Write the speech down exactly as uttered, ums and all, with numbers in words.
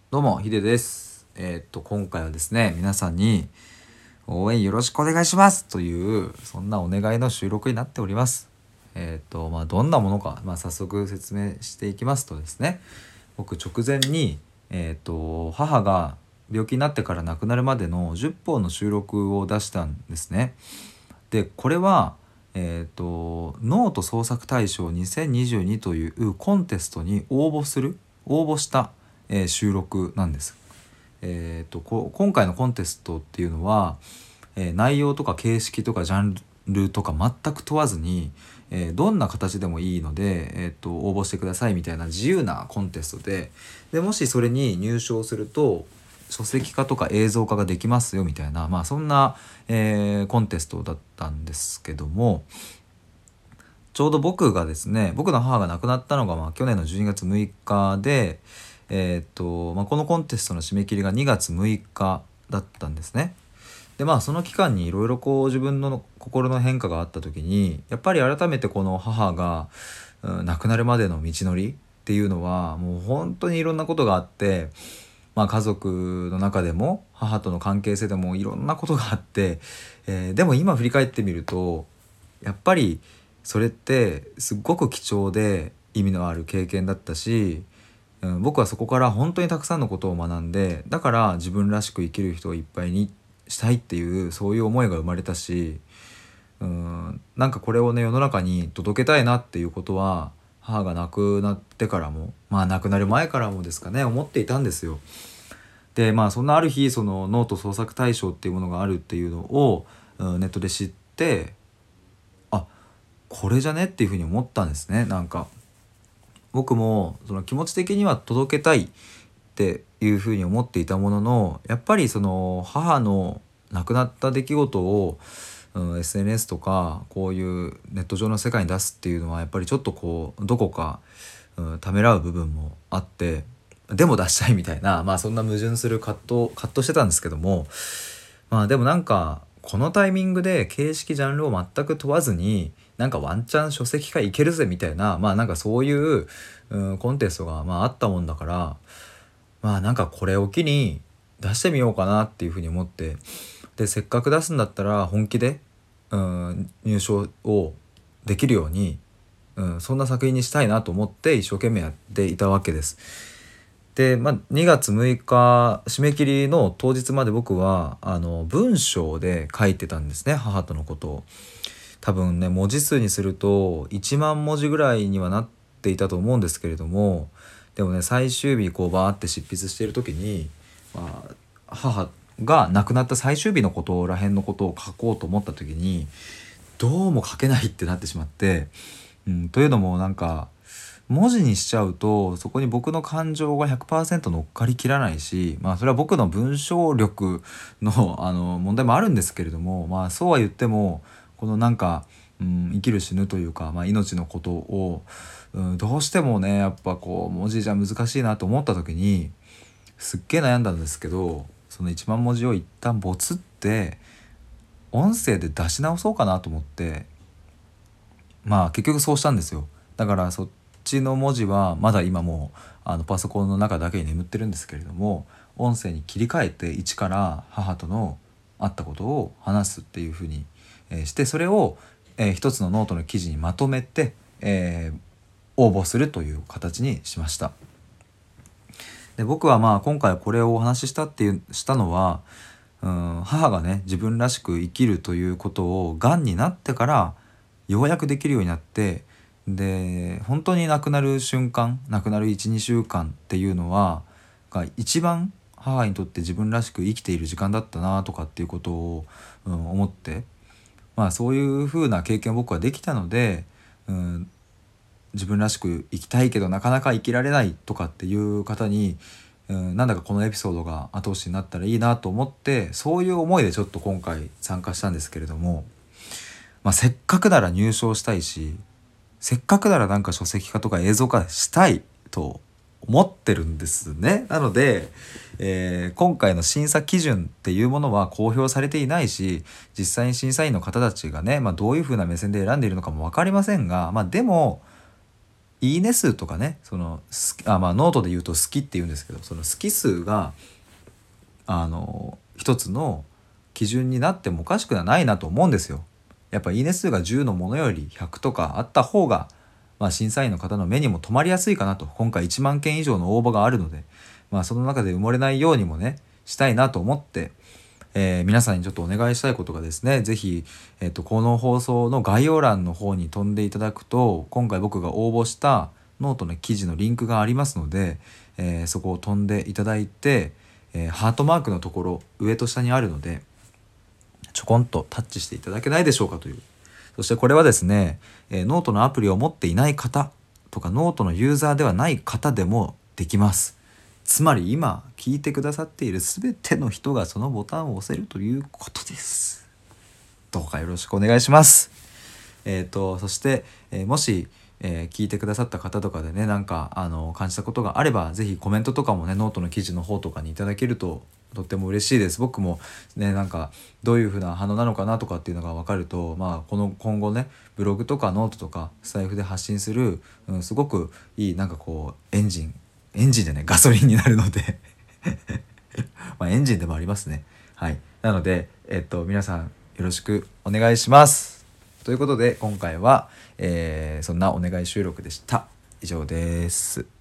どうもヒデです。えーっと今回はですね、皆さんに応援よろしくお願いしますというそんなお願いの収録になっております。えーっとまあどんなものか、まあ、早速説明していきますとですね、僕直前にえーっと母が病気になってから亡くなるまでのじゅっぽんの収録を出したんですね。でこれはえーっとノート創作大賞にせんにじゅうにというコンテストに応募する応募した、えー収録なんです。えー、とこ今回のコンテストっていうのは、えー内容とか形式とかジャンルとか全く問わずに、えーどんな形でもいいので、えー、と応募してくださいみたいな自由なコンテストで、でもしそれに入賞すると書籍化とか映像化ができますよみたいな、まあそんな、えーコンテストだったんですけども、ちょうど僕がですね僕の母が亡くなったのがまあ去年のじゅうにがつむいかで、えーっとまあ、このコンテストの締め切りがにがつむいかだったんですね。でまあその期間にいろいろこう自分の心の変化があった時に、やっぱり改めてこの母が、うん、亡くなるまでの道のりっていうのはもう本当にいろんなことがあって、まあ、家族の中でも母との関係性でもいろんなことがあって、えーでも今振り返ってみるとやっぱりそれってすっごく貴重で意味のある経験だったし、うん、僕はそこから本当にたくさんのことを学んで、だから自分らしく生きる人をいっぱいにしたいっていうそういう思いが生まれたし、うん、なんかこれをね世の中に届けたいなっていうことは母が亡くなってからも、まあ亡くなる前からもですかね、思っていたんですよ。でまあそんなある日、そのノート創作大賞っていうものがあるっていうのを、うん、ネットで知って、あ、これじゃねっていうふうに思ったんですね。なんか僕もその気持ち的には届けたいっていうふうに思っていたものの、やっぱりその母の亡くなった出来事を、うん、エスエヌエス とかこういうネット上の世界に出すっていうのはやっぱりちょっとこうどこか、うん、ためらう部分もあって、でも出したいみたいな、まあそんな矛盾する葛藤葛藤してたんですけども、まあでもなんかこのタイミングで形式ジャンルを全く問わずになんかワンチャン書籍化いけるぜみたいな、まあなんかそういう、うん、コンテストがまああったもんだから、まあなんかこれを機に出してみようかなっていうふうに思って、でせっかく出すんだったら本気で、うん、入賞をできるように、うん、そんな作品にしたいなと思って一生懸命やっていたわけです。で、まあ、にがつむいか締め切りの当日まで僕はあの文章で書いてたんですね、母とのことを。多分ね文字数にするといちまんもじぐらいにはなっていたと思うんですけれども、でもね最終日こうバーって執筆している時に、まあ、母が亡くなった最終日のことらへんのことを書こうと思った時にどうも書けないってなってしまって、うん、というのもなんか文字にしちゃうとそこに僕の感情がひゃくパーセント乗っかりきらないし、まあそれは僕の文章力のあの問題もあるんですけれども、まあそうは言ってもこのなんか、うん、生きる死ぬというか、まあ、命のことを、うん、どうしてもねやっぱこう文字じゃ難しいなと思った時にすっげえ悩んだんですけど、そのいちまん文字を一旦ボツって音声で出し直そうかなと思って、まあ結局そうしたんですよ。だからそっちの文字はまだ今もうあのパソコンの中だけに眠ってるんですけれども、音声に切り替えて一から母とのあったことを話すっていうふうに、えーして、それを、えー一つのノートの記事にまとめて、えー応募するという形にしました。で僕はまあ今回これをお話ししたっていうしたのは、うん、母がね自分らしく生きるということをがんになってからようやくできるようになって、で本当に亡くなる瞬間、亡くなるいちにしゅうかんっていうのはが一番母にとって自分らしく生きている時間だったなとかっていうことを、うん、思って、まあそういう風な経験を僕はできたので、うん、自分らしく生きたいけどなかなか生きられないとかっていう方に、うん、なんだかこのエピソードが後押しになったらいいなと思って、そういう思いでちょっと今回参加したんですけれども、まあ、せっかくなら入賞したいし、せっかくならなんか書籍化とか映像化したいと思ってるんですね。なので、えー今回の審査基準っていうものは公表されていないし、実際に審査員の方たちがね、まあ、どういう風な目線で選んでいるのかも分かりませんが、まあ、でもいいね数とかね、そのあ、まあ、ノートで言うと好きって言うんですけど、その好き数があの一つの基準になってもおかしくはないなと思うんですよ。やっぱいいね数がじゅうのものよりひゃくとかあった方が、まあ、審査員の方の目にも留まりやすいかなと。今回いちまんけん以上の応募があるので、まあ、その中で埋もれないようにもねしたいなと思って、えー皆さんにちょっとお願いしたいことがですね、ぜひ、えっと、この放送の概要欄の方に飛んでいただくと、今回僕が応募したノートの記事のリンクがありますので、えーそこを飛んでいただいて、えーハートマークのところ上と下にあるのでちょこんとタッチしていただけないでしょうかという。そしてこれはですね、えーノートのアプリを持っていない方とかノートのユーザーではない方でもできます。つまり今聞いてくださっている全ての人がそのボタンを押せるということです。どうかよろしくお願いします。えー、とそして、えーもし、えー聞いてくださった方とかでね、なんかあの感じたことがあれば、ぜひコメントとかもねノートの記事の方とかにいただけるととっても嬉しいです。僕もね、なんかどういう風な反応なのかなとかっていうのが分かると、まあこの今後ねブログとかノートとかスタイフで発信する、うん、すごくいいなんかこうエンジンエンジンじゃないガソリンになるのでまあエンジンでもありますね。はい。なので、えっと、皆さんよろしくお願いします。ということで今回は、えーそんなお願い収録でした。以上です。